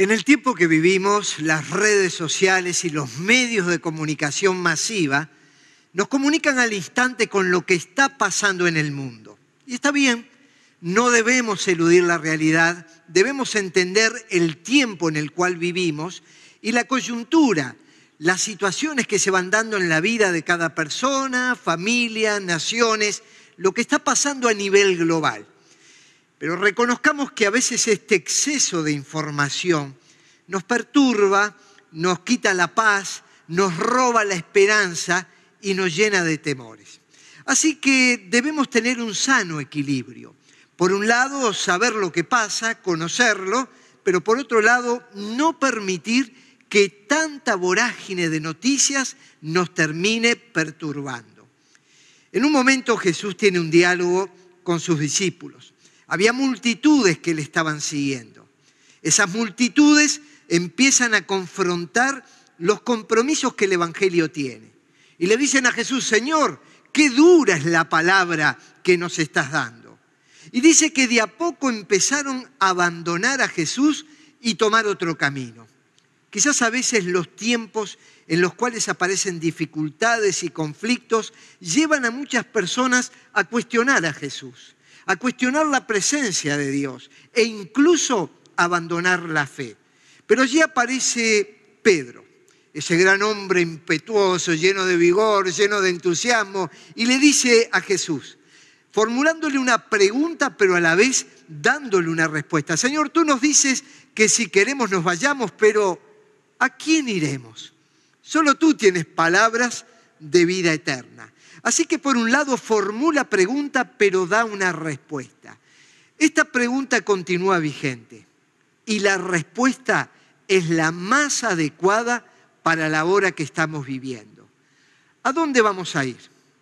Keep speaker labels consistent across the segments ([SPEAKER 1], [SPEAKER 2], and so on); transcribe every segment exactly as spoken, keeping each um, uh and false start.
[SPEAKER 1] En el tiempo que vivimos, las redes sociales y los medios de comunicación masiva nos comunican al instante con lo que está pasando en el mundo. Y está bien, no debemos eludir la realidad, debemos entender el tiempo en el cual vivimos y la coyuntura, las situaciones que se van dando en la vida de cada persona, familia, naciones, lo que está pasando a nivel global. Pero reconozcamos que a veces este exceso de información nos perturba, nos quita la paz, nos roba la esperanza y nos llena de temores. Así que debemos tener un sano equilibrio. Por un lado, saber lo que pasa, conocerlo, pero por otro lado, no permitir que tanta vorágine de noticias nos termine perturbando. En un momento Jesús tiene un diálogo con sus discípulos. Había multitudes que le estaban siguiendo. Esas multitudes empiezan a confrontar los compromisos que el Evangelio tiene. Y le dicen a Jesús: Señor, qué dura es la palabra que nos estás dando. Y dice que de a poco empezaron a abandonar a Jesús y tomar otro camino. Quizás a veces los tiempos en los cuales aparecen dificultades y conflictos llevan a muchas personas a cuestionar a Jesús, a cuestionar la presencia de Dios e incluso abandonar la fe. Pero allí aparece Pedro, ese gran hombre impetuoso, lleno de vigor, lleno de entusiasmo, y le dice a Jesús, formulándole una pregunta, pero a la vez dándole una respuesta: Señor, tú nos dices que si queremos nos vayamos, pero ¿a quién iremos? Solo tú tienes palabras de vida eterna. Así que por un lado formula pregunta, pero da una respuesta. Esta pregunta continúa vigente y la respuesta es la más adecuada para la hora que estamos viviendo. ¿A dónde vamos a ir?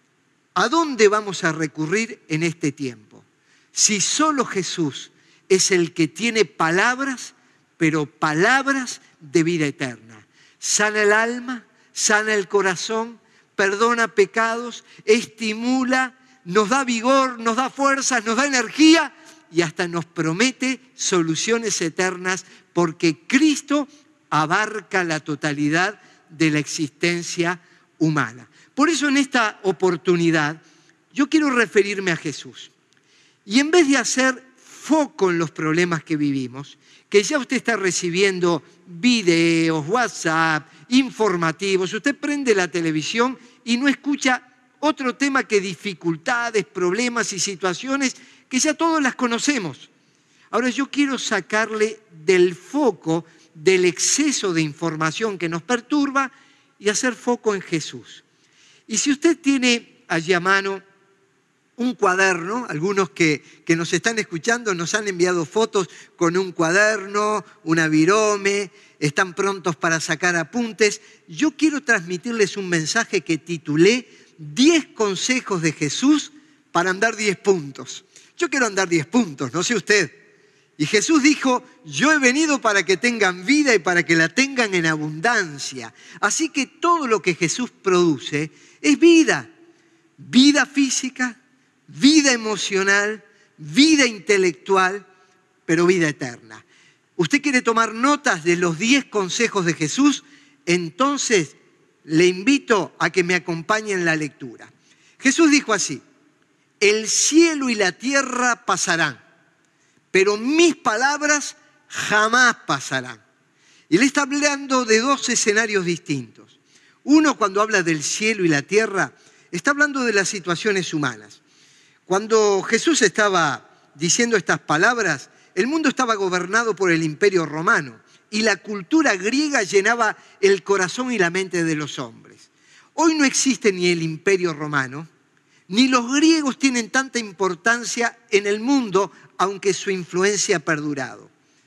[SPEAKER 1] ¿A dónde vamos a recurrir en este tiempo? Si solo Jesús es el que tiene palabras, pero palabras de vida eterna. Sana el alma, sana el corazón, perdona pecados, estimula, nos da vigor, nos da fuerzas, nos da energía y hasta nos promete soluciones eternas porque Cristo abarca la totalidad de la existencia humana. Por eso en esta oportunidad yo quiero referirme a Jesús. Y en vez de hacer foco en los problemas que vivimos, que ya usted está recibiendo videos, WhatsApp, informativos, usted prende la televisión y no escucha otro tema que dificultades, problemas y situaciones que ya todos las conocemos. Ahora yo quiero sacarle del foco del exceso de información que nos perturba y hacer foco en Jesús. Y si usted tiene allí a mano un cuaderno, algunos que, que nos están escuchando nos han enviado fotos con un cuaderno, una virome, están prontos para sacar apuntes. Yo quiero transmitirles un mensaje que titulé diez consejos de Jesús para andar diez puntos. Yo quiero andar diez puntos, no sé usted. Y Jesús dijo, yo he venido para que tengan vida y para que la tengan en abundancia. Así que todo lo que Jesús produce es vida, vida física, vida emocional, vida intelectual, pero vida eterna. ¿Usted quiere tomar notas de los diez consejos de Jesús? Entonces le invito a que me acompañe en la lectura. Jesús dijo así, el cielo y la tierra pasarán, pero mis palabras jamás pasarán. Y él está hablando de dos escenarios distintos. Uno, cuando habla del cielo y la tierra, está hablando de las situaciones humanas. Cuando Jesús estaba diciendo estas palabras, el mundo estaba gobernado por el Imperio Romano y la cultura griega llenaba el corazón y la mente de los hombres. Hoy no existe ni el Imperio Romano, ni los griegos tienen tanta importancia en el mundo, aunque su influencia ha perdurado.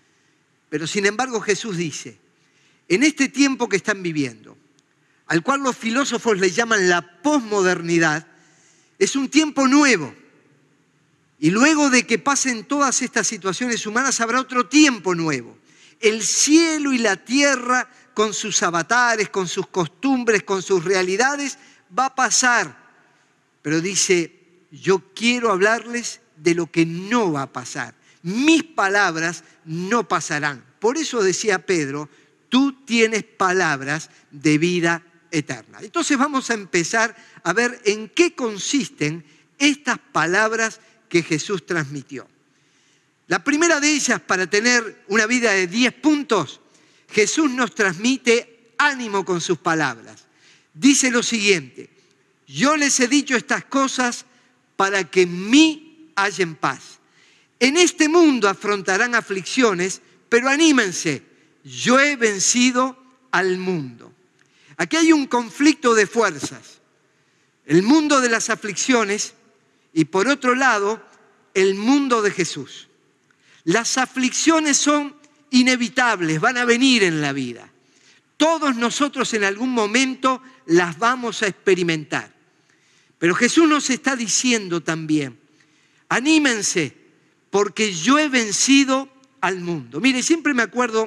[SPEAKER 1] Pero sin embargo Jesús dice, en este tiempo que están viviendo, al cual los filósofos le llaman la posmodernidad, es un tiempo nuevo. Y luego de que pasen todas estas situaciones humanas, habrá otro tiempo nuevo. El cielo y la tierra, con sus avatares, con sus costumbres, con sus realidades, va a pasar. Pero dice, yo quiero hablarles de lo que no va a pasar. Mis palabras no pasarán. Por eso decía Pedro, tú tienes palabras de vida eterna. Entonces vamos a empezar a ver en qué consisten estas palabras que Jesús transmitió. La primera de ellas, para tener una vida de diez puntos, Jesús nos transmite ánimo con sus palabras. Dice lo siguiente: yo les he dicho estas cosas para que en mí hallen paz. En este mundo afrontarán aflicciones, pero anímense, yo he vencido al mundo. Aquí hay un conflicto de fuerzas. El mundo de las aflicciones y, por otro lado, el mundo de Jesús. Las aflicciones son inevitables, van a venir en la vida. Todos nosotros en algún momento las vamos a experimentar. Pero Jesús nos está diciendo también, anímense, porque yo he vencido al mundo. Mire, siempre me acuerdo,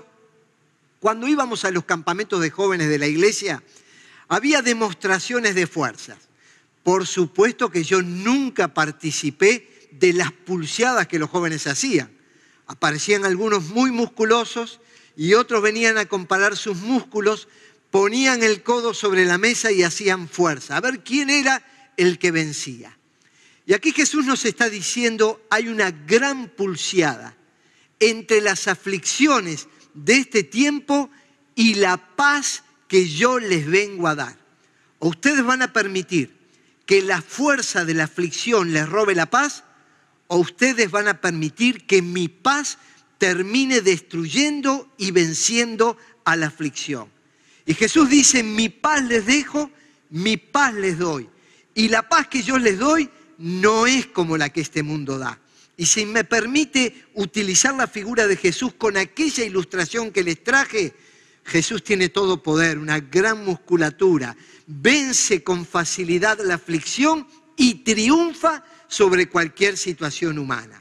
[SPEAKER 1] cuando íbamos a los campamentos de jóvenes de la iglesia, había demostraciones de fuerzas. Por supuesto que yo nunca participé de las pulseadas que los jóvenes hacían. Aparecían algunos muy musculosos y otros venían a comparar sus músculos, ponían el codo sobre la mesa y hacían fuerza, a ver quién era el que vencía. Y aquí Jesús nos está diciendo, hay una gran pulseada entre las aflicciones de este tiempo y la paz que yo les vengo a dar. ¿O ustedes van a permitir que la fuerza de la aflicción les robe la paz? ¿O ustedes van a permitir que mi paz termine destruyendo y venciendo a la aflicción? Y Jesús dice, mi paz les dejo, mi paz les doy. Y la paz que yo les doy no es como la que este mundo da. Y si me permite utilizar la figura de Jesús con aquella ilustración que les traje, Jesús tiene todo poder, una gran musculatura, vence con facilidad la aflicción y triunfa sobre cualquier situación humana.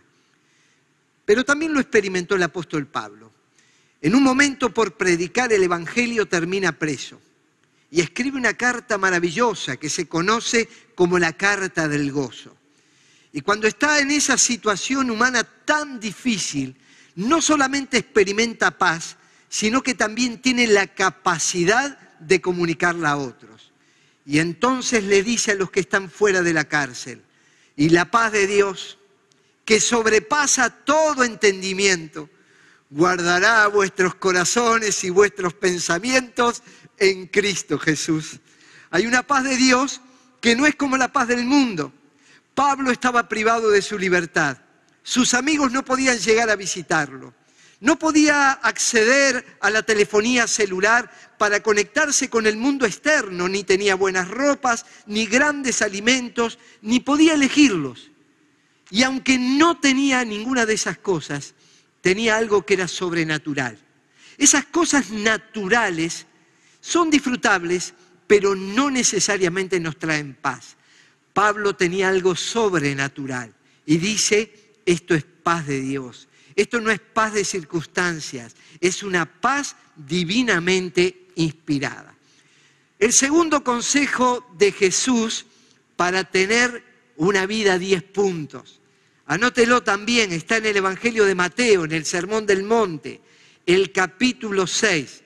[SPEAKER 1] Pero también lo experimentó el apóstol Pablo. En un momento, por predicar el evangelio, termina preso y escribe una carta maravillosa que se conoce como la carta del gozo. Y cuando está en esa situación humana tan difícil, no solamente experimenta paz, sino que también tiene la capacidad de comunicarla a otros. Y entonces le dice a los que están fuera de la cárcel, y la paz de Dios, que sobrepasa todo entendimiento, guardará vuestros corazones y vuestros pensamientos en Cristo Jesús. Hay una paz de Dios que no es como la paz del mundo. Pablo estaba privado de su libertad. Sus amigos no podían llegar a visitarlo. No podía acceder a la telefonía celular para conectarse con el mundo externo, ni tenía buenas ropas, ni grandes alimentos, ni podía elegirlos. Y aunque no tenía ninguna de esas cosas, tenía algo que era sobrenatural. Esas cosas naturales son disfrutables, pero no necesariamente nos traen paz. Pablo tenía algo sobrenatural y dice, esto es paz de Dios. Esto no es paz de circunstancias, es una paz divinamente inspirada. El segundo consejo de Jesús para tener una vida diez puntos. Anótelo también, está en el Evangelio de Mateo, en el Sermón del Monte, el capítulo seis.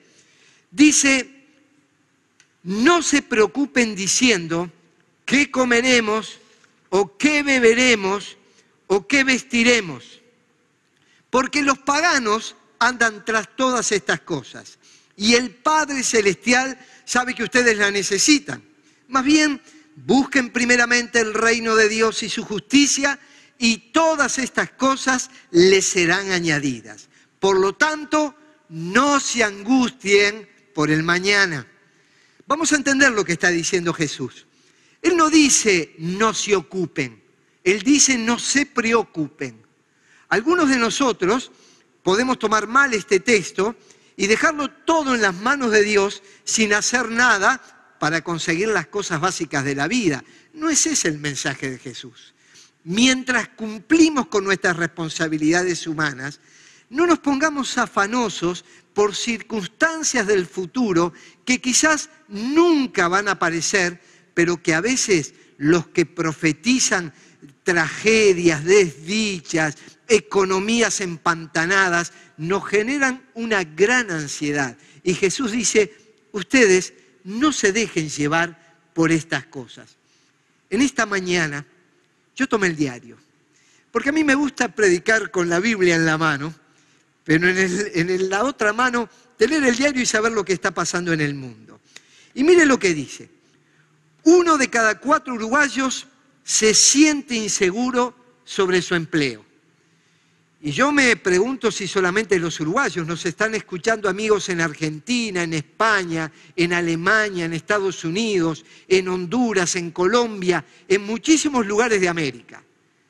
[SPEAKER 1] Dice, no se preocupen diciendo qué comeremos o qué beberemos o qué vestiremos. Porque los paganos andan tras todas estas cosas. Y el Padre Celestial sabe que ustedes la necesitan. Más bien, busquen primeramente el reino de Dios y su justicia, y todas estas cosas les serán añadidas. Por lo tanto, no se angustien por el mañana. Vamos a entender lo que está diciendo Jesús. Él no dice no se ocupen, Él dice no se preocupen. Algunos de nosotros podemos tomar mal este texto y dejarlo todo en las manos de Dios sin hacer nada para conseguir las cosas básicas de la vida. No es ese el mensaje de Jesús. Mientras cumplimos con nuestras responsabilidades humanas, no nos pongamos afanosos por circunstancias del futuro que quizás nunca van a aparecer, pero que a veces los que profetizan tragedias, desdichas, economías empantanadas, nos generan una gran ansiedad. Y Jesús dice, ustedes no se dejen llevar por estas cosas. En esta mañana yo tomé el diario, porque a mí me gusta predicar con la Biblia en la mano, pero en, el, en el, la otra mano tener el diario y saber lo que está pasando en el mundo. Y mire lo que dice. Uno de cada cuatro uruguayos se siente inseguro sobre su empleo. Y yo me pregunto si solamente los uruguayos nos están escuchando amigos en Argentina, en España, en Alemania, en Estados Unidos, en Honduras, en Colombia, en muchísimos lugares de América.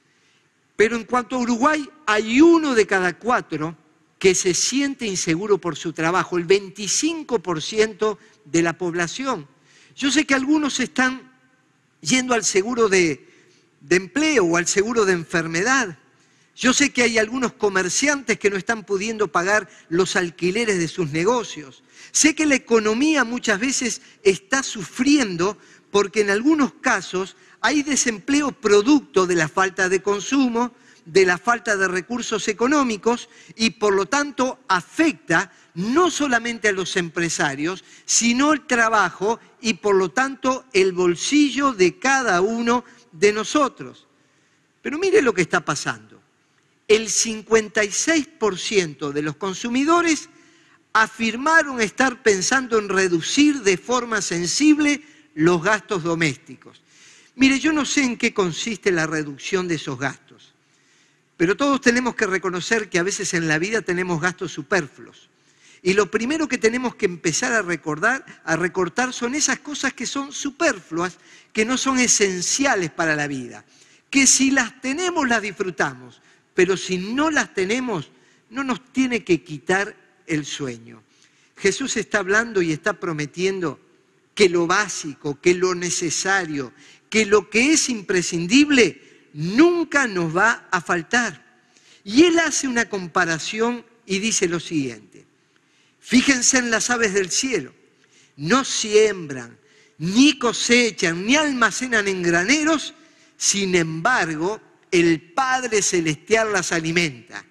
[SPEAKER 1] Pero en cuanto a Uruguay, hay uno de cada cuatro que se siente inseguro por su trabajo, el veinticinco por ciento de la población. Yo sé que algunos están yendo al seguro de, de empleo o al seguro de enfermedad. Yo sé que hay algunos comerciantes que no están pudiendo pagar los alquileres de sus negocios. Sé que la economía muchas veces está sufriendo porque en algunos casos hay desempleo producto de la falta de consumo, de la falta de recursos económicos y por lo tanto afecta no solamente a los empresarios, sino el trabajo y por lo tanto el bolsillo de cada uno de nosotros. Pero mire lo que está pasando. El cincuenta y seis por ciento de los consumidores afirmaron estar pensando en reducir de forma sensible los gastos domésticos. Mire, yo no sé en qué consiste la reducción de esos gastos, pero todos tenemos que reconocer que a veces en la vida tenemos gastos superfluos. Y lo primero que tenemos que empezar a recordar, a recortar son esas cosas que son superfluas, que no son esenciales para la vida, que si las tenemos las disfrutamos, pero si no las tenemos, no nos tiene que quitar el sueño. Jesús está hablando y está prometiendo que lo básico, que lo necesario, que lo que es imprescindible nunca nos va a faltar. Y Él hace una comparación y dice lo siguiente. Fíjense en las aves del cielo. No siembran, ni cosechan, ni almacenan en graneros, sin embargo, el Padre Celestial las alimenta.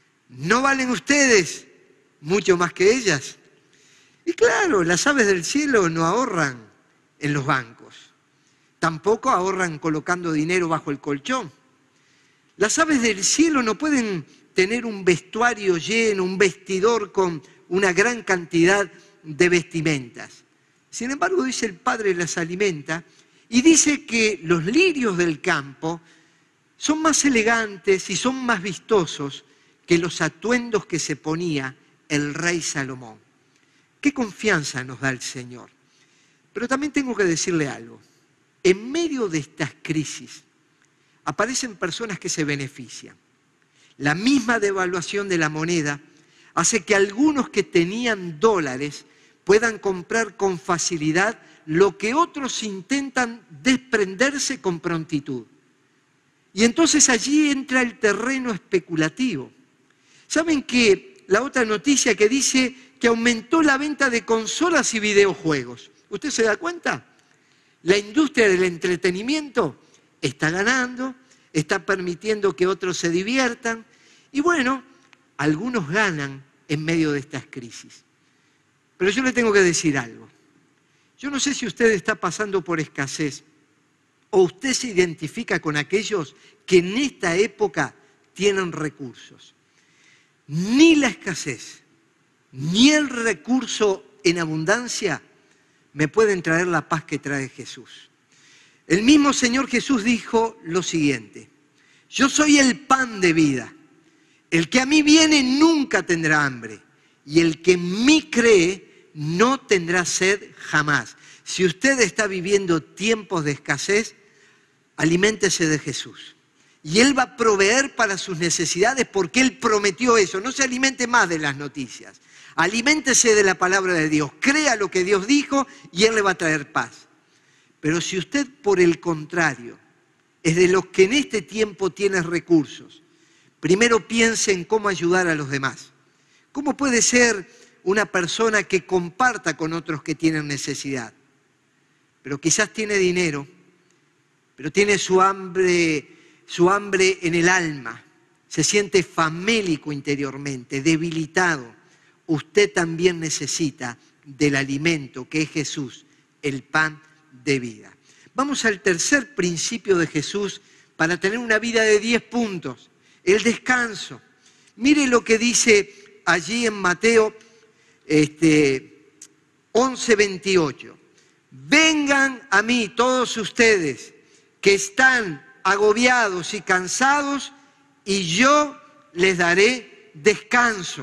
[SPEAKER 1] ¿No valen ustedes mucho más que ellas? Y claro, las aves del cielo no ahorran en los bancos. Tampoco ahorran colocando dinero bajo el colchón. Las aves del cielo no pueden tener un vestuario lleno, un vestidor con una gran cantidad de vestimentas. Sin embargo, dice el Padre las alimenta y dice que los lirios del campo son más elegantes y son más vistosos que los atuendos que se ponía el rey Salomón. Qué confianza nos da el Señor. Pero también tengo que decirle algo. En medio de estas crisis aparecen personas que se benefician. La misma devaluación de la moneda hace que algunos que tenían dólares puedan comprar con facilidad lo que otros intentan desprenderse con prontitud. Y entonces allí entra el terreno especulativo. ¿Saben que la otra noticia que dice que aumentó la venta de consolas y videojuegos? ¿Usted se da cuenta? La industria del entretenimiento está ganando, está permitiendo que otros se diviertan y bueno, algunos ganan en medio de estas crisis. Pero yo le tengo que decir algo. Yo no sé si usted está pasando por escasez o usted se identifica con aquellos que en esta época tienen recursos. Ni la escasez, ni el recurso en abundancia me pueden traer la paz que trae Jesús. El mismo Señor Jesús dijo lo siguiente: yo soy el pan de vida. El que a mí viene nunca tendrá hambre, y el que en mí cree no tendrá sed jamás. Si usted está viviendo tiempos de escasez, aliméntese de Jesús. Y Él va a proveer para sus necesidades porque Él prometió eso. No se alimente más de las noticias. Aliméntese de la palabra de Dios. Crea lo que Dios dijo y Él le va a traer paz. Pero si usted, por el contrario, es de los que en este tiempo tiene recursos, primero piense en cómo ayudar a los demás. ¿Cómo puede ser una persona que comparta con otros que tienen necesidad? Pero quizás tiene dinero, pero tiene su hambre, su hambre en el alma, se siente famélico interiormente, debilitado, usted también necesita del alimento que es Jesús, el pan de vida. Vamos al tercer principio de Jesús para tener una vida de diez puntos, el descanso. Mire lo que dice allí en Mateo este, once veintiocho. Vengan a mí todos ustedes que están agobiados y cansados y yo les daré descanso.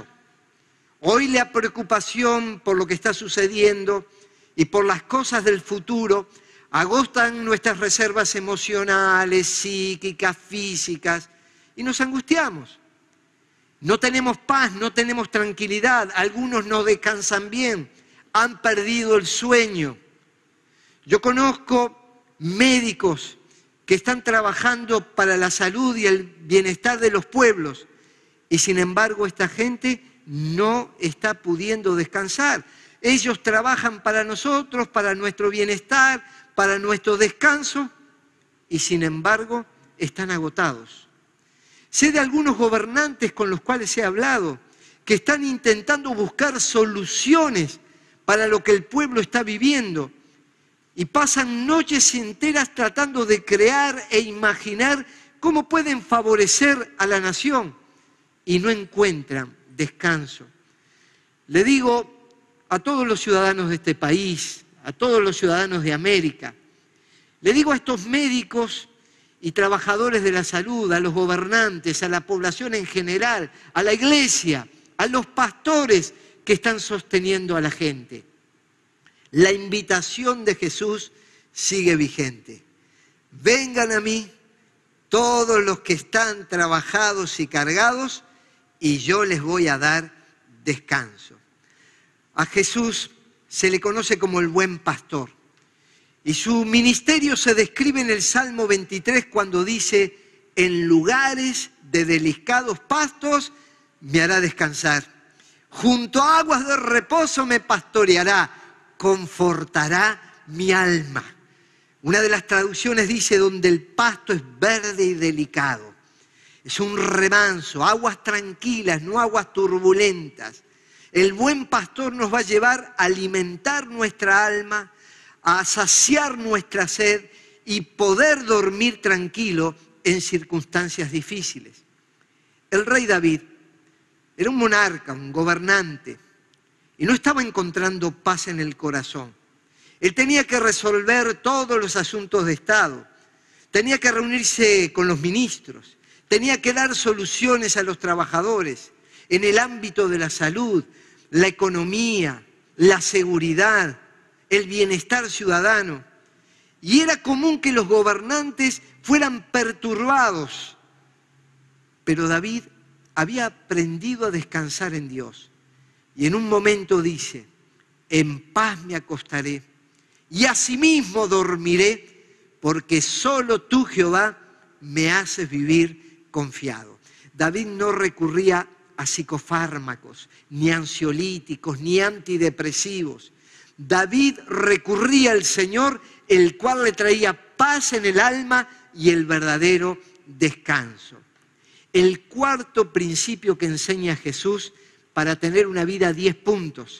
[SPEAKER 1] Hoy la preocupación por lo que está sucediendo y por las cosas del futuro agotan nuestras reservas emocionales, psíquicas, físicas y nos angustiamos. No tenemos paz, no tenemos tranquilidad, algunos no descansan bien, han perdido el sueño. Yo conozco médicos que están trabajando para la salud y el bienestar de los pueblos y sin embargo esta gente no está pudiendo descansar. Ellos trabajan para nosotros, para nuestro bienestar, para nuestro descanso y sin embargo están agotados. Sé de algunos gobernantes con los cuales he hablado que están intentando buscar soluciones para lo que el pueblo está viviendo y pasan noches enteras tratando de crear e imaginar cómo pueden favorecer a la nación y no encuentran descanso. Le digo a todos los ciudadanos de este país, a todos los ciudadanos de América, le digo a estos médicos y trabajadores de la salud, a los gobernantes, a la población en general, a la iglesia, a los pastores que están sosteniendo a la gente. La invitación de Jesús sigue vigente. Vengan a mí todos los que están trabajados y cargados y yo les voy a dar descanso. A Jesús se le conoce como el buen pastor y su ministerio se describe en el Salmo veintitrés cuando dice: en lugares de delicados pastos me hará descansar, junto a aguas de reposo me pastoreará, confortará mi alma. Una de las traducciones dice donde el pasto es verde y delicado. Es un remanso, aguas tranquilas, no aguas turbulentas. El buen pastor nos va a llevar a alimentar nuestra alma, a saciar nuestra sed y poder dormir tranquilo en circunstancias difíciles. El rey David era un monarca, un gobernante, y no estaba encontrando paz en el corazón. Él tenía que resolver todos los asuntos de Estado, tenía que reunirse con los ministros, tenía que dar soluciones a los trabajadores en el ámbito de la salud, la economía, la seguridad, el bienestar ciudadano. Y era común que los gobernantes fueran perturbados, pero David había aprendido a descansar en Dios. Y en un momento dice: en paz me acostaré y asimismo dormiré, porque solo tú, Jehová, me haces vivir confiado. David no recurría a psicofármacos, ni ansiolíticos, ni antidepresivos. David recurría al Señor, el cual le traía paz en el alma y el verdadero descanso. El cuarto principio que enseña Jesús para tener una vida a diez puntos.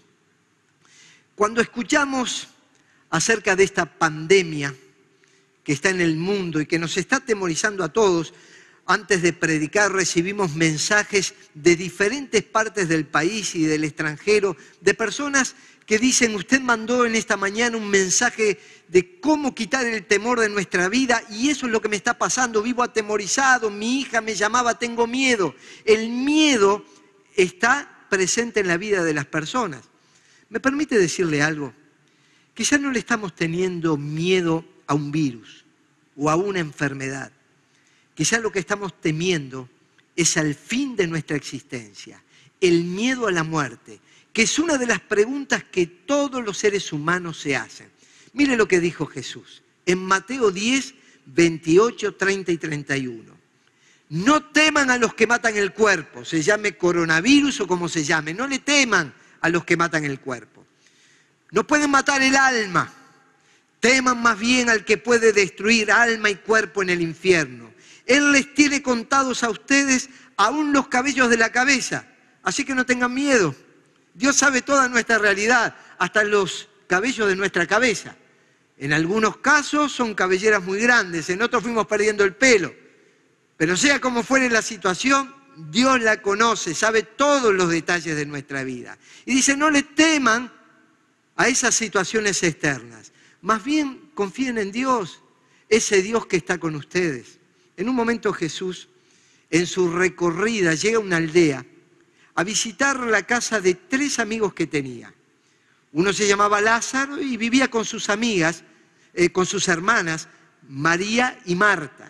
[SPEAKER 1] Cuando escuchamos acerca de esta pandemia que está en el mundo y que nos está atemorizando a todos, antes de predicar recibimos mensajes de diferentes partes del país y del extranjero, de personas que dicen: usted mandó en esta mañana un mensaje de cómo quitar el temor de nuestra vida y eso es lo que me está pasando, vivo atemorizado, mi hija me llamaba, tengo miedo. El miedo está presente en la vida de las personas. ¿Me permite decirle algo? Quizás no le estamos teniendo miedo a un virus o a una enfermedad. Quizás lo que estamos temiendo es al fin de nuestra existencia, el miedo a la muerte, que es una de las preguntas que todos los seres humanos se hacen. Mire lo que dijo Jesús en Mateo diez, veintiocho, treinta y treinta y uno. No teman a los que matan el cuerpo, se llame coronavirus o como se llame, no le teman a los que matan el cuerpo. No pueden matar el alma, teman más bien al que puede destruir alma y cuerpo en el infierno. Él les tiene contados a ustedes aún los cabellos de la cabeza. Así que no tengan miedo. Dios sabe toda nuestra realidad, hasta los cabellos de nuestra cabeza. En algunos casos son cabelleras muy grandes, en otros fuimos perdiendo el pelo. Pero sea como fuere la situación, Dios la conoce, sabe todos los detalles de nuestra vida. Y dice, no le teman a esas situaciones externas. Más bien confíen en Dios, ese Dios que está con ustedes. En un momento Jesús, en su recorrida, llega a una aldea a visitar la casa de tres amigos que tenía. Uno se llamaba Lázaro y vivía con sus amigas, eh, con sus hermanas, María y Marta.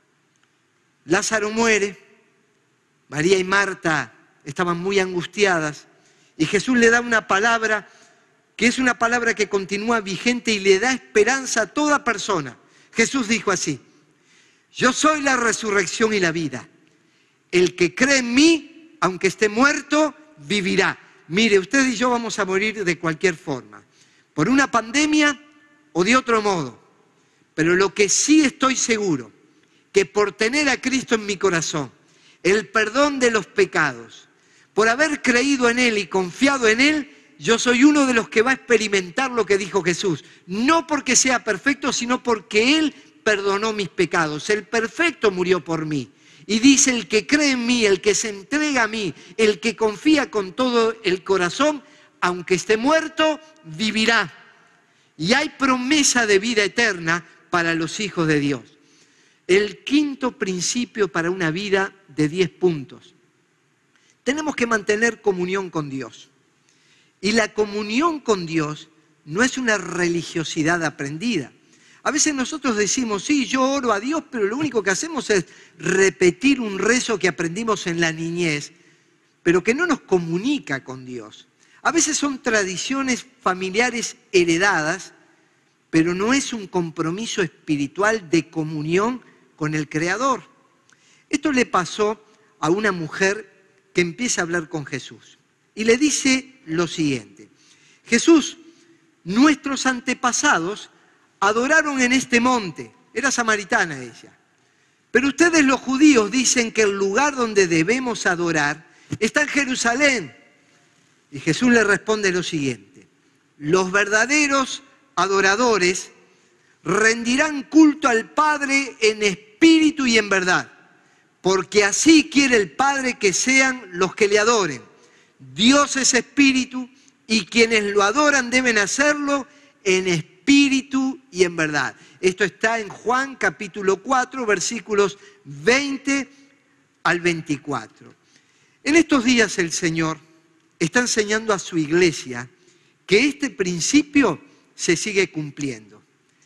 [SPEAKER 1] Lázaro muere, María y Marta estaban muy angustiadas y Jesús le da una palabra que es una palabra que continúa vigente y le da esperanza a toda persona. Jesús dijo así, yo soy la resurrección y la vida. El que cree en mí, aunque esté muerto, vivirá. Mire, usted y yo vamos a morir de cualquier forma, por una pandemia o de otro modo. Pero lo que sí estoy seguro, que por tener a Cristo en mi corazón, el perdón de los pecados, por haber creído en Él y confiado en Él, yo soy uno de los que va a experimentar lo que dijo Jesús. No porque sea perfecto, sino porque Él perdonó mis pecados. El perfecto murió por mí. Y dice, el que cree en mí, el que se entrega a mí, el que confía con todo el corazón, aunque esté muerto, vivirá. Y hay promesa de vida eterna para los hijos de Dios. El quinto principio para una vida de diez puntos. Tenemos que mantener comunión con Dios. Y la comunión con Dios no es una religiosidad aprendida. A veces nosotros decimos, sí, yo oro a Dios, pero lo único que hacemos es repetir un rezo que aprendimos en la niñez, pero que no nos comunica con Dios. A veces son tradiciones familiares heredadas, pero no es un compromiso espiritual de comunión con el Creador. Esto le pasó a una mujer que empieza a hablar con Jesús y le dice lo siguiente: Jesús, nuestros antepasados adoraron en este monte, era samaritana ella, pero ustedes los judíos dicen que el lugar donde debemos adorar está en Jerusalén. Y Jesús le responde lo siguiente: los verdaderos adoradores rendirán culto al Padre en espíritu y en verdad, porque así quiere el Padre que sean los que le adoren. Dios es espíritu y quienes lo adoran deben hacerlo en espíritu y en verdad. Esto está en Juan capítulo cuatro, versículos veinte al veinticuatro. En estos días el Señor está enseñando a su iglesia que este principio se sigue cumpliendo.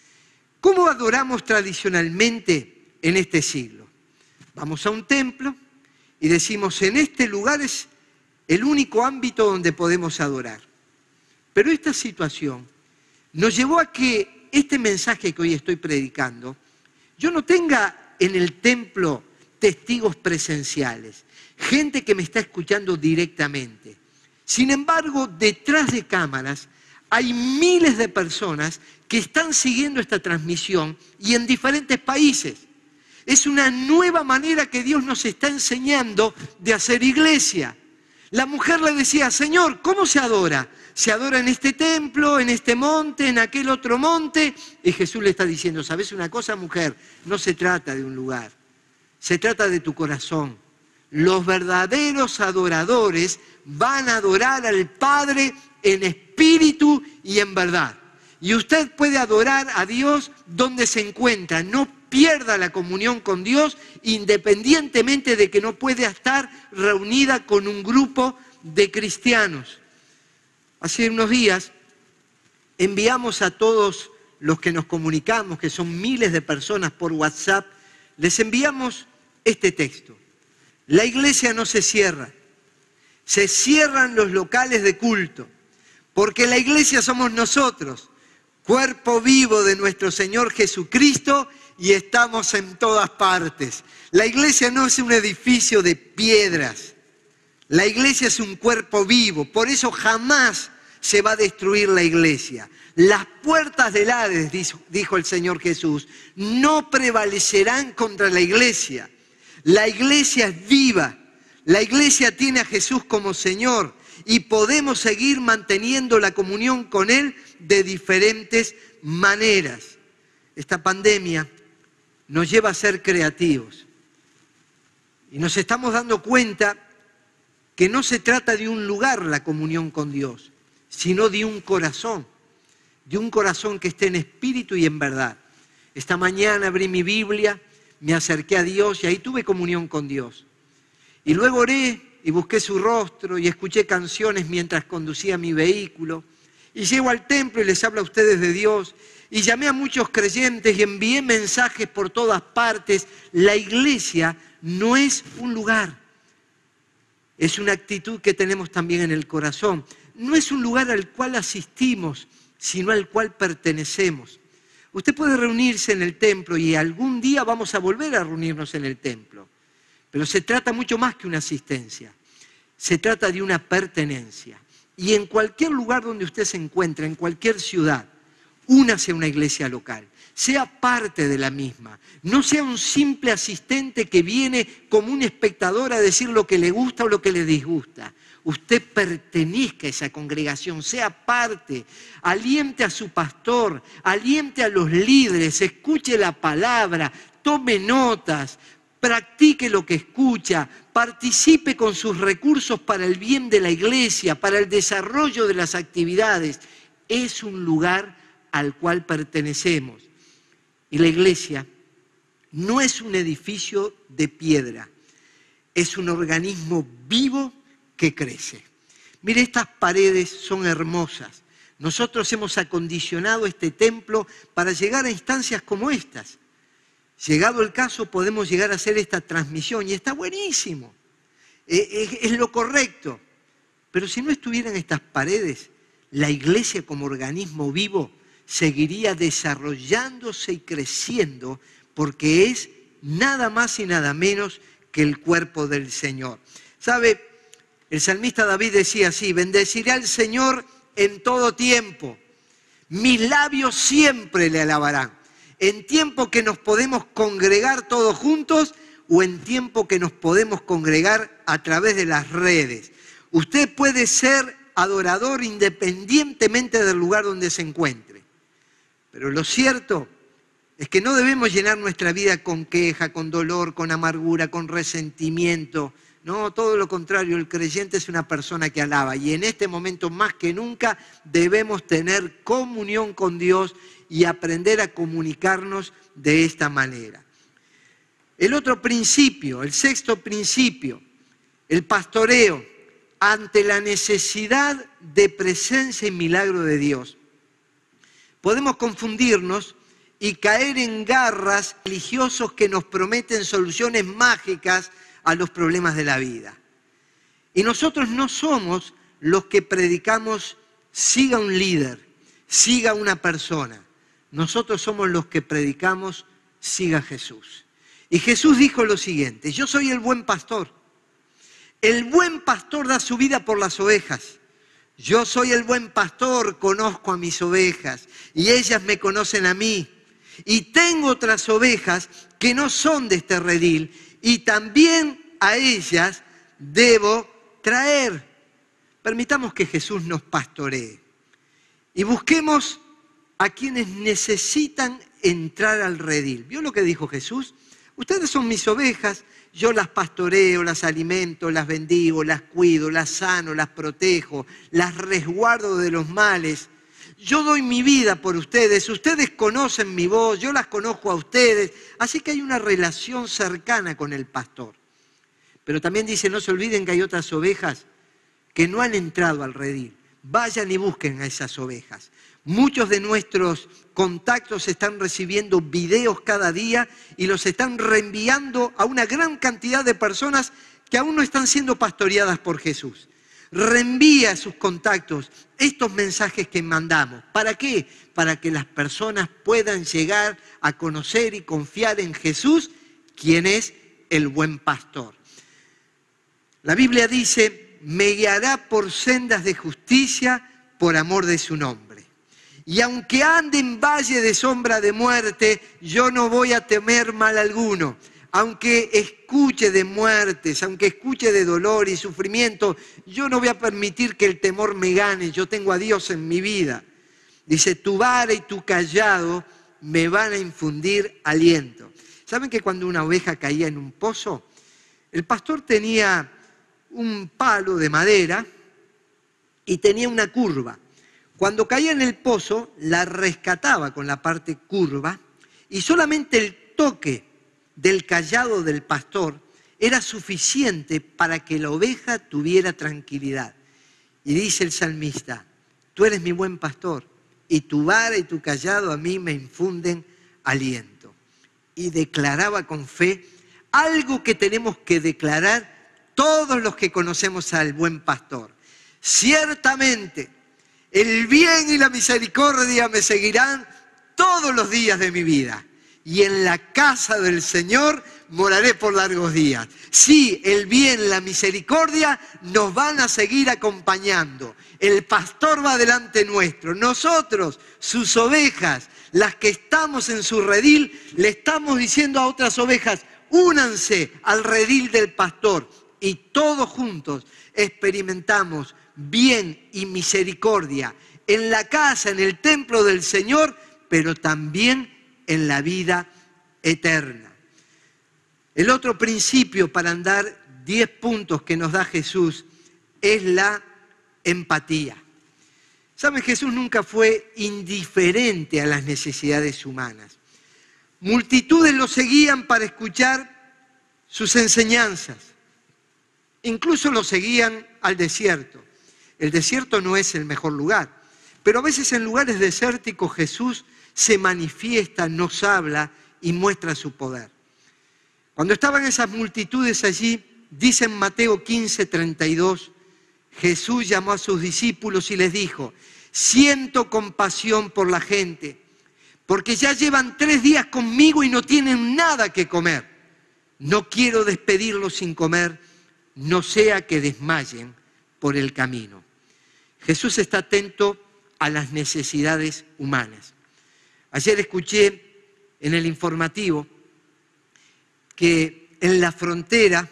[SPEAKER 1] ¿Cómo adoramos tradicionalmente en este siglo? Vamos a un templo y decimos, en este lugar es el único ámbito donde podemos adorar. Pero esta situación nos llevó a que este mensaje que hoy estoy predicando, yo no tenga en el templo testigos presenciales, gente que me está escuchando directamente. Sin embargo, detrás de cámaras hay miles de personas que están siguiendo esta transmisión y en diferentes países. Es una nueva manera que Dios nos está enseñando de hacer iglesia. La mujer le decía, Señor, ¿cómo se adora? ¿Se adora en este templo, en este monte, en aquel otro monte? Y Jesús le está diciendo, ¿sabes una cosa, mujer? No se trata de un lugar, se trata de tu corazón. Los verdaderos adoradores van a adorar al Padre en espíritu y en verdad. Y usted puede adorar a Dios donde se encuentra. No pierda la comunión con Dios independientemente de que no pueda estar reunida con un grupo de cristianos. Hace unos días enviamos a todos los que nos comunicamos, que son miles de personas por WhatsApp, les enviamos este texto. La iglesia no se cierra, se cierran los locales de culto, porque la iglesia somos nosotros, cuerpo vivo de nuestro Señor Jesucristo, y estamos en todas partes. La iglesia no es un edificio de piedras, la iglesia es un cuerpo vivo, por eso jamás se va a destruir la iglesia. Las puertas del Hades, dijo el Señor Jesús, no prevalecerán contra la iglesia. La iglesia es viva, La iglesia tiene a Jesús como Señor y podemos seguir manteniendo la comunión con Él de diferentes maneras. Esta pandemia nos lleva a ser creativos y nos estamos dando cuenta que no se trata de un lugar la comunión con Dios, sino de un corazón, de un corazón que esté en espíritu y en verdad. Esta mañana abrí mi Biblia, me acerqué a Dios y ahí tuve comunión con Dios. Y luego oré y busqué su rostro y escuché canciones mientras conducía mi vehículo. Y llego al templo y les hablo a ustedes de Dios. Y llamé a muchos creyentes y envié mensajes por todas partes. La iglesia no es un lugar, es una actitud que tenemos también en el corazón. No es un lugar al cual asistimos, sino al cual pertenecemos. Usted puede reunirse en el templo y algún día vamos a volver a reunirnos en el templo. Pero se trata mucho más que una asistencia. Se trata de una pertenencia. Y en cualquier lugar donde usted se encuentre, en cualquier ciudad, únase a una iglesia local. Sea parte de la misma. No sea un simple asistente que viene como un espectador a decir lo que le gusta o lo que le disgusta. Usted pertenezca a esa congregación, sea parte, aliente a su pastor, aliente a los líderes, escuche la palabra, tome notas, practique lo que escucha, participe con sus recursos para el bien de la iglesia, para el desarrollo de las actividades. Es un lugar al cual pertenecemos. Y la iglesia no es un edificio de piedra, es un organismo vivo que crece. Mire, estas paredes son hermosas. Nosotros hemos acondicionado este templo para llegar a instancias como estas. Llegado el caso, podemos llegar a hacer esta transmisión y está buenísimo. Es, es lo correcto. Pero si no estuvieran estas paredes, la iglesia como organismo vivo seguiría desarrollándose y creciendo porque es nada más y nada menos que el cuerpo del Señor. ¿Sabe? El salmista David decía así: bendeciré al Señor en todo tiempo, mis labios siempre le alabarán. En tiempo que nos podemos congregar todos juntos o en tiempo que nos podemos congregar a través de las redes. Usted puede ser adorador independientemente del lugar donde se encuentre. Pero lo cierto es que no debemos llenar nuestra vida con queja, con dolor, con amargura, con resentimiento. No, todo lo contrario, el creyente es una persona que alaba. Y en este momento más que nunca debemos tener comunión con Dios y aprender a comunicarnos de esta manera. El otro principio, el sexto principio, el pastoreo ante la necesidad de presencia y milagro de Dios. Podemos confundirnos y caer en garras religiosos que nos prometen soluciones mágicas a los problemas de la vida. Y nosotros no somos los que predicamos siga un líder, siga una persona. Nosotros somos los que predicamos siga a Jesús. Y Jesús dijo lo siguiente: yo soy el buen pastor. El buen pastor da su vida por las ovejas. Yo soy el buen pastor, conozco a mis ovejas y ellas me conocen a mí. Y tengo otras ovejas que no son de este redil y también a ellas debo traer. Permitamos que Jesús nos pastoree y busquemos a quienes necesitan entrar al redil. ¿Vio lo que dijo Jesús? Ustedes son mis ovejas, yo las pastoreo, las alimento, las bendigo, las cuido, las sano, las protejo, las resguardo de los males. Yo doy mi vida por ustedes, ustedes conocen mi voz, yo las conozco a ustedes. Así que hay una relación cercana con el pastor. Pero también dice, no se olviden que hay otras ovejas que no han entrado al redil. Vayan y busquen a esas ovejas. Muchos de nuestros contactos están recibiendo videos cada día y los están reenviando a una gran cantidad de personas que aún no están siendo pastoreadas por Jesús. Reenvía a sus contactos estos mensajes que mandamos. ¿Para qué? Para que las personas puedan llegar a conocer y confiar en Jesús, quien es el buen pastor. La Biblia dice, me guiará por sendas de justicia por amor de su nombre. Y aunque ande en valle de sombra de muerte, yo no voy a temer mal alguno. aunque escuche de muertes, aunque escuche de dolor y sufrimiento, yo no voy a permitir que el temor me gane, yo tengo a Dios en mi vida. Dice, tu vara y tu callado me van a infundir aliento. ¿Saben que cuando una oveja caía en un pozo, el pastor tenía un palo de madera y tenía una curva? Cuando caía en el pozo, la rescataba con la parte curva y solamente el toque del cayado del pastor era suficiente para que la oveja tuviera tranquilidad. Y dice el salmista, tú eres mi buen pastor y tu vara y tu cayado a mí me infunden aliento. Y declaraba con fe algo que tenemos que declarar todos los que conocemos al buen pastor. Ciertamente, el bien y la misericordia me seguirán todos los días de mi vida. Y en la casa del Señor moraré por largos días. Sí, el bien, la misericordia nos van a seguir acompañando. El pastor va delante nuestro. Nosotros, sus ovejas, las que estamos en su redil, le estamos diciendo a otras ovejas, únanse al redil del pastor. Y todos juntos experimentamos bien y misericordia en la casa, en el templo del Señor, pero también en la vida eterna. El otro principio para andar diez puntos que nos da Jesús es la empatía. ¿Saben? Jesús nunca fue indiferente a las necesidades humanas. Multitudes lo seguían para escuchar sus enseñanzas. Incluso lo seguían al desierto. El desierto no es el mejor lugar, pero a veces en lugares desérticos Jesús se manifiesta, nos habla y muestra su poder. Cuando estaban esas multitudes allí, dice en Mateo quince, treinta y dos, Jesús llamó a sus discípulos y les dijo, siento compasión por la gente, porque ya llevan tres días conmigo y no tienen nada que comer. No quiero despedirlos sin comer, no sea que desmayen por el camino. Jesús está atento a las necesidades humanas. Ayer escuché en el informativo que en la frontera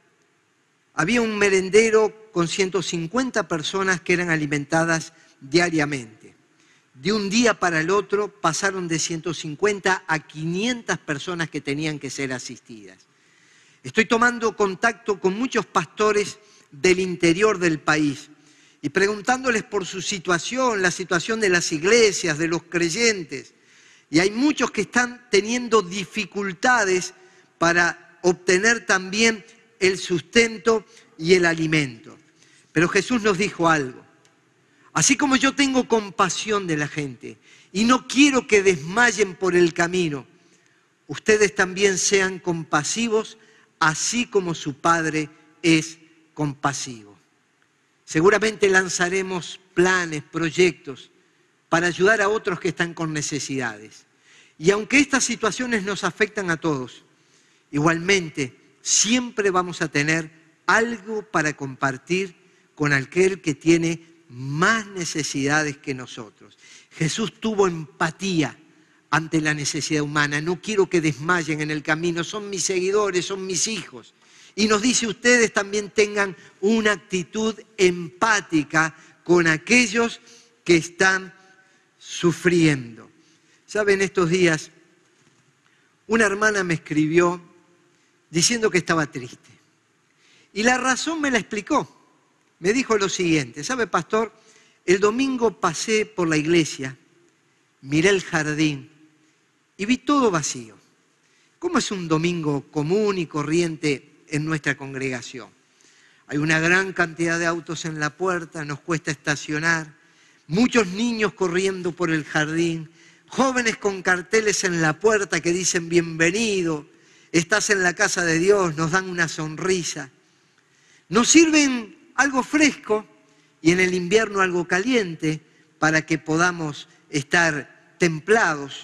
[SPEAKER 1] había un merendero con ciento cincuenta personas que eran alimentadas diariamente. De un día para el otro pasaron de ciento cincuenta a quinientas personas que tenían que ser asistidas. Estoy tomando contacto con muchos pastores del interior del país y preguntándoles por su situación, la situación de las iglesias, de los creyentes. Y hay muchos que están teniendo dificultades para obtener también el sustento y el alimento. Pero Jesús nos dijo algo. Así como yo tengo compasión de la gente y no quiero que desmayen por el camino, ustedes también sean compasivos, así como su Padre es compasivo. Seguramente lanzaremos planes, proyectos para ayudar a otros que están con necesidades. Y aunque estas situaciones nos afectan a todos, igualmente siempre vamos a tener algo para compartir con aquel que tiene más necesidades que nosotros. Jesús tuvo empatía ante la necesidad humana. No quiero que desmayen en el camino, son mis seguidores, son mis hijos. Y nos dice, ustedes también tengan una actitud empática con aquellos que están sufriendo. ¿Saben? Estos días una hermana me escribió diciendo que estaba triste. Y la razón me la explicó. Me dijo lo siguiente, ¿sabe, pastor? El domingo pasé por la iglesia, miré el jardín y vi todo vacío. ¿Cómo es un domingo común y corriente en nuestra congregación? Hay una gran cantidad de autos en la puerta, nos cuesta estacionar, muchos niños corriendo por el jardín, jóvenes con carteles en la puerta que dicen bienvenido, estás en la casa de Dios, nos dan una sonrisa. Nos sirven algo fresco y en el invierno algo caliente para que podamos estar templados.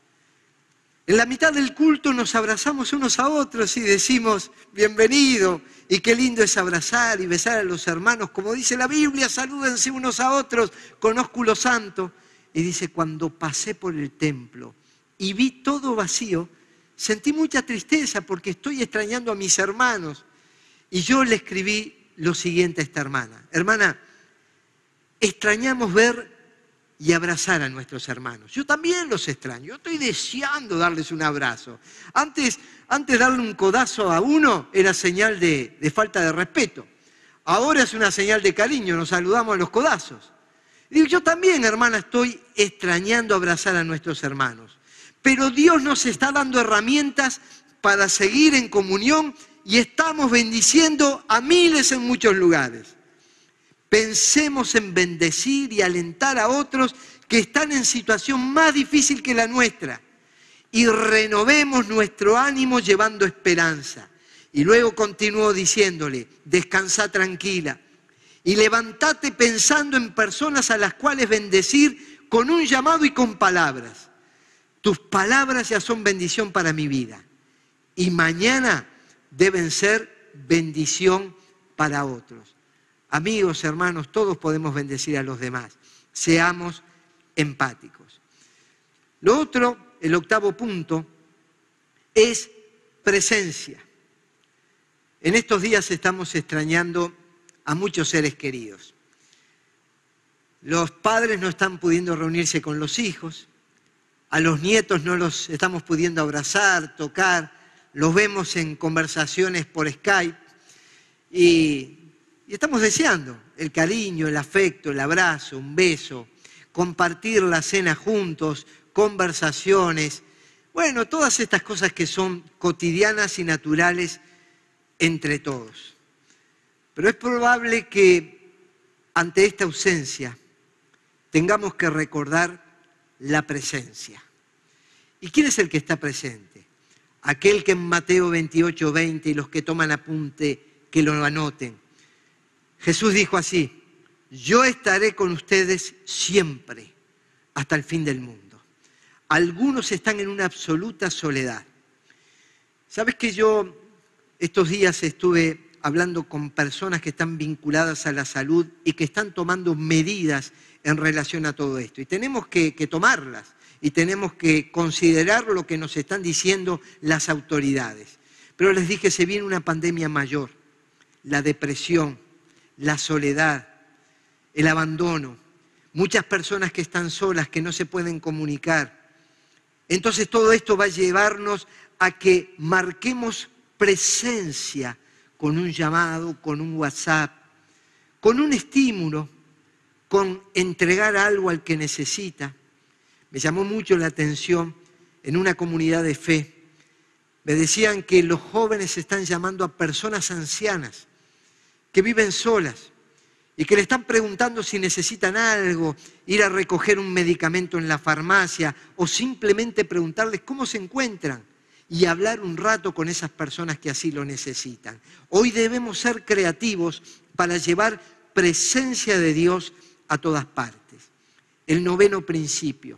[SPEAKER 1] En la mitad del culto nos abrazamos unos a otros y decimos bienvenido, y qué lindo es abrazar y besar a los hermanos, como dice la Biblia, salúdense unos a otros con ósculo santo. Y dice, cuando pasé por el templo y vi todo vacío, sentí mucha tristeza porque estoy extrañando a mis hermanos. Y yo le escribí lo siguiente a esta hermana. Hermana, extrañamos ver y abrazar a nuestros hermanos. Yo también los extraño. Yo estoy deseando darles un abrazo. Antes, antes darle un codazo a uno era señal de, de falta de respeto. Ahora es una señal de cariño, nos saludamos a los codazos. Y digo, yo también, hermana, estoy extrañando abrazar a nuestros hermanos. Pero Dios nos está dando herramientas para seguir en comunión y estamos bendiciendo a miles en muchos lugares. Pensemos en bendecir y alentar a otros que están en situación más difícil que la nuestra y renovemos nuestro ánimo llevando esperanza. Y luego continuó diciéndole, descansa tranquila y levántate pensando en personas a las cuales bendecir con un llamado y con palabras. Tus palabras ya son bendición para mi vida y mañana deben ser bendición para otros. Amigos, hermanos, todos podemos bendecir a los demás. Seamos empáticos. Lo otro, el octavo punto, es presencia. En estos días estamos extrañando a muchos seres queridos. Los padres no están pudiendo reunirse con los hijos, a los nietos no los estamos pudiendo abrazar, tocar, los vemos en conversaciones por Skype y, y estamos deseando el cariño, el afecto, el abrazo, un beso, compartir la cena juntos, conversaciones, bueno, todas estas cosas que son cotidianas y naturales entre todos. Pero es probable que ante esta ausencia tengamos que recordar la presencia. ¿Y quién es el que está presente? Aquel que en Mateo veintiocho, veinte, y los que toman apunte, que lo anoten. Jesús dijo así, yo estaré con ustedes siempre, hasta el fin del mundo. Algunos están en una absoluta soledad. ¿Sabes que yo estos días estuve hablando con personas que están vinculadas a la salud y que están tomando medidas en relación a todo esto? Y tenemos que, que tomarlas y tenemos que considerar lo que nos están diciendo las autoridades. Pero les dije, se viene una pandemia mayor, la depresión, la soledad, el abandono, muchas personas que están solas, que no se pueden comunicar. Entonces todo esto va a llevarnos a que marquemos presencia con un llamado, con un WhatsApp, con un estímulo, con entregar algo al que necesita. Me llamó mucho la atención en una comunidad de fe. Me decían que los jóvenes están llamando a personas ancianas que viven solas y que le están preguntando si necesitan algo, ir a recoger un medicamento en la farmacia o simplemente preguntarles cómo se encuentran y hablar un rato con esas personas que así lo necesitan. Hoy debemos ser creativos para llevar presencia de Dios a todas partes. El noveno principio,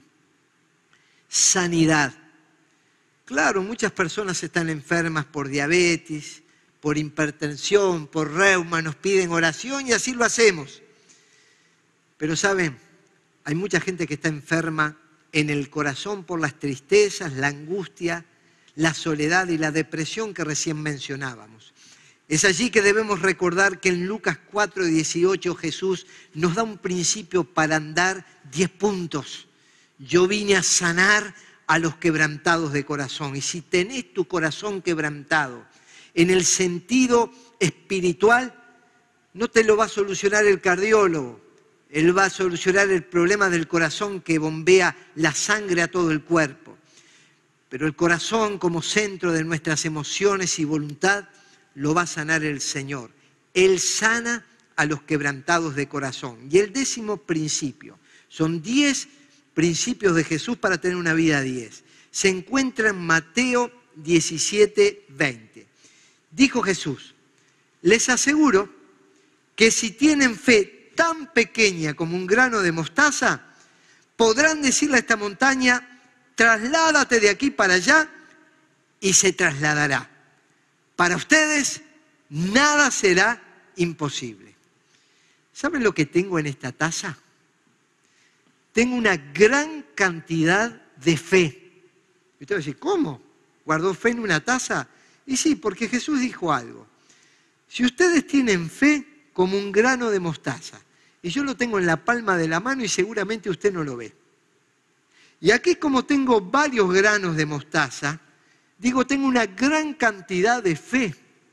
[SPEAKER 1] sanidad. Claro, muchas personas están enfermas por diabetes, por hipertensión, por reuma, nos piden oración y así lo hacemos. Pero saben, hay mucha gente que está enferma en el corazón por las tristezas, la angustia, la soledad y la depresión que recién mencionábamos. Es allí que debemos recordar que en Lucas cuatro dieciocho Jesús nos da un principio para andar diez puntos. Yo vine a sanar a los quebrantados de corazón. Y si tenés tu corazón quebrantado, en el sentido espiritual, no te lo va a solucionar el cardiólogo. Él va a solucionar el problema del corazón que bombea la sangre a todo el cuerpo. Pero el corazón como centro de nuestras emociones y voluntad lo va a sanar el Señor. Él sana a los quebrantados de corazón. Y el décimo principio, son diez principios de Jesús para tener una vida diez. Se encuentra en Mateo diecisiete, veinte. Dijo Jesús, les aseguro que si tienen fe tan pequeña como un grano de mostaza, podrán decirle a esta montaña, trasládate de aquí para allá y se trasladará. Para ustedes nada será imposible. ¿Saben lo que tengo en esta taza? Tengo una gran cantidad de fe. Y usted va a decir, ¿cómo? ¿Guardó fe en una taza? Y sí, porque Jesús dijo algo. Si ustedes tienen fe como un grano de mostaza, y yo lo tengo en la palma de la mano y seguramente usted no lo ve. Y aquí, como tengo varios granos de mostaza, digo, tengo una gran cantidad de fe.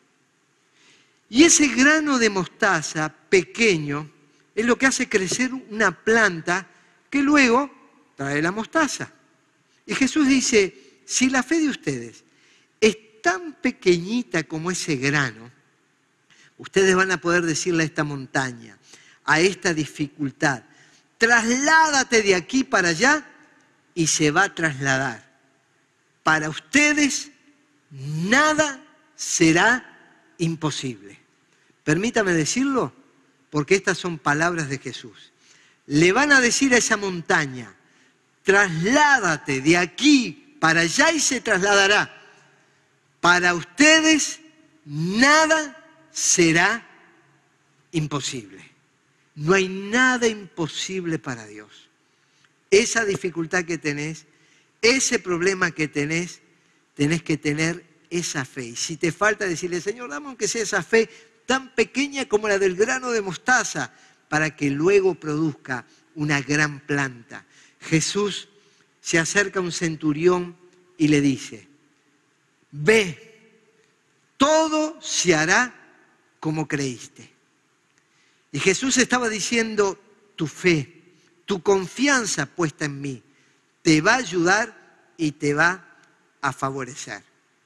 [SPEAKER 1] Y ese grano de mostaza pequeño es lo que hace crecer una planta que luego trae la mostaza. Y Jesús dice, si la fe de ustedes es tan pequeñita como ese grano, ustedes van a poder decirle a esta montaña, a esta dificultad, trasládate de aquí para allá y se va a trasladar. Para ustedes nada será imposible. Permítame decirlo, porque estas son palabras de Jesús. Le van a decir a esa montaña, trasládate de aquí para allá y se trasladará. Para ustedes nada será imposible. No hay nada imposible para Dios. Esa dificultad que tenés, ese problema que tenés, tenés que tener esa fe. Y si te falta decirle, Señor, dame aunque sea esa fe tan pequeña como la del grano de mostaza, para que luego produzca una gran planta. Jesús se acerca a un centurión y le dice, ve, todo se hará como creíste. Y Jesús estaba diciendo, tu fe, tu confianza puesta en mí, te va a ayudar y te va a favorecer.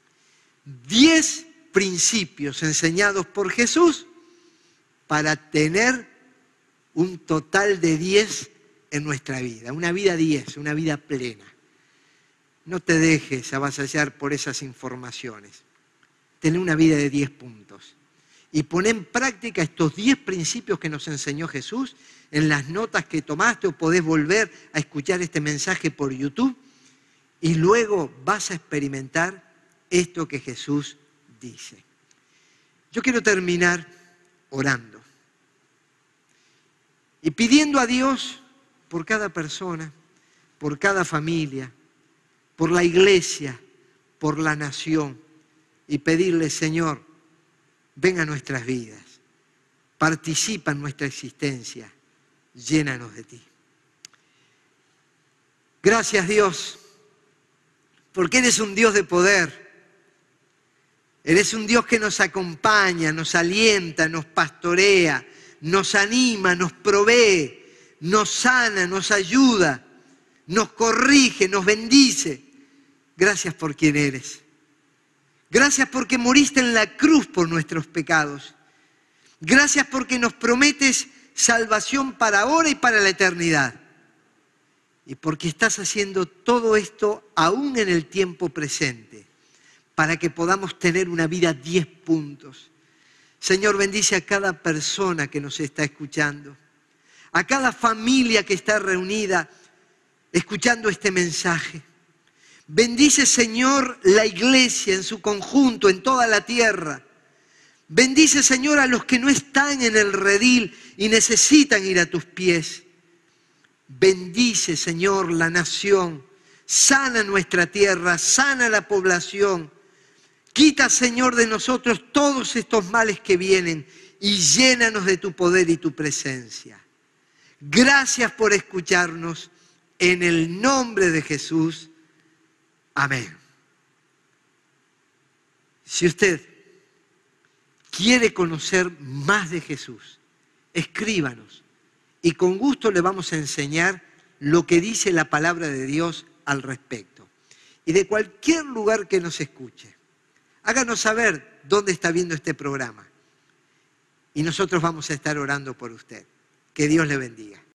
[SPEAKER 1] Diez principios enseñados por Jesús para tener un total de diez en nuestra vida, una vida diez, una vida plena. No te dejes avasallar por esas informaciones. Ten una vida de diez puntos. Y pon en práctica estos diez principios que nos enseñó Jesús en las notas que tomaste, o podés volver a escuchar este mensaje por YouTube y luego vas a experimentar esto que Jesús dice. Yo quiero terminar orando y pidiendo a Dios por cada persona, por cada familia, por la iglesia, por la nación, y pedirle, Señor, ven a nuestras vidas, participa en nuestra existencia, llénanos de ti. Gracias, Dios, porque eres un Dios de poder. Eres un Dios que nos acompaña, nos alienta, nos pastorea, nos anima, nos provee, nos sana, nos ayuda, nos corrige, nos bendice. Gracias por quien eres. Gracias porque moriste en la cruz por nuestros pecados. Gracias porque nos prometes salvación para ahora y para la eternidad. Y porque estás haciendo todo esto aún en el tiempo presente, para que podamos tener una vida diez puntos. Señor, bendice a cada persona que nos está escuchando, a cada familia que está reunida escuchando este mensaje. Bendice, Señor, la iglesia en su conjunto, en toda la tierra. Bendice, Señor, a los que no están en el redil y necesitan ir a tus pies. Bendice, Señor, la nación. Sana nuestra tierra, sana la población. Quita, Señor, de nosotros todos estos males que vienen y llénanos de tu poder y tu presencia. Gracias por escucharnos. En el nombre de Jesús. Amén. Si usted quiere conocer más de Jesús, escríbanos y con gusto le vamos a enseñar lo que dice la palabra de Dios al respecto. Y de cualquier lugar que nos escuche, háganos saber dónde está viendo este programa y nosotros vamos a estar orando por usted. Que Dios le bendiga.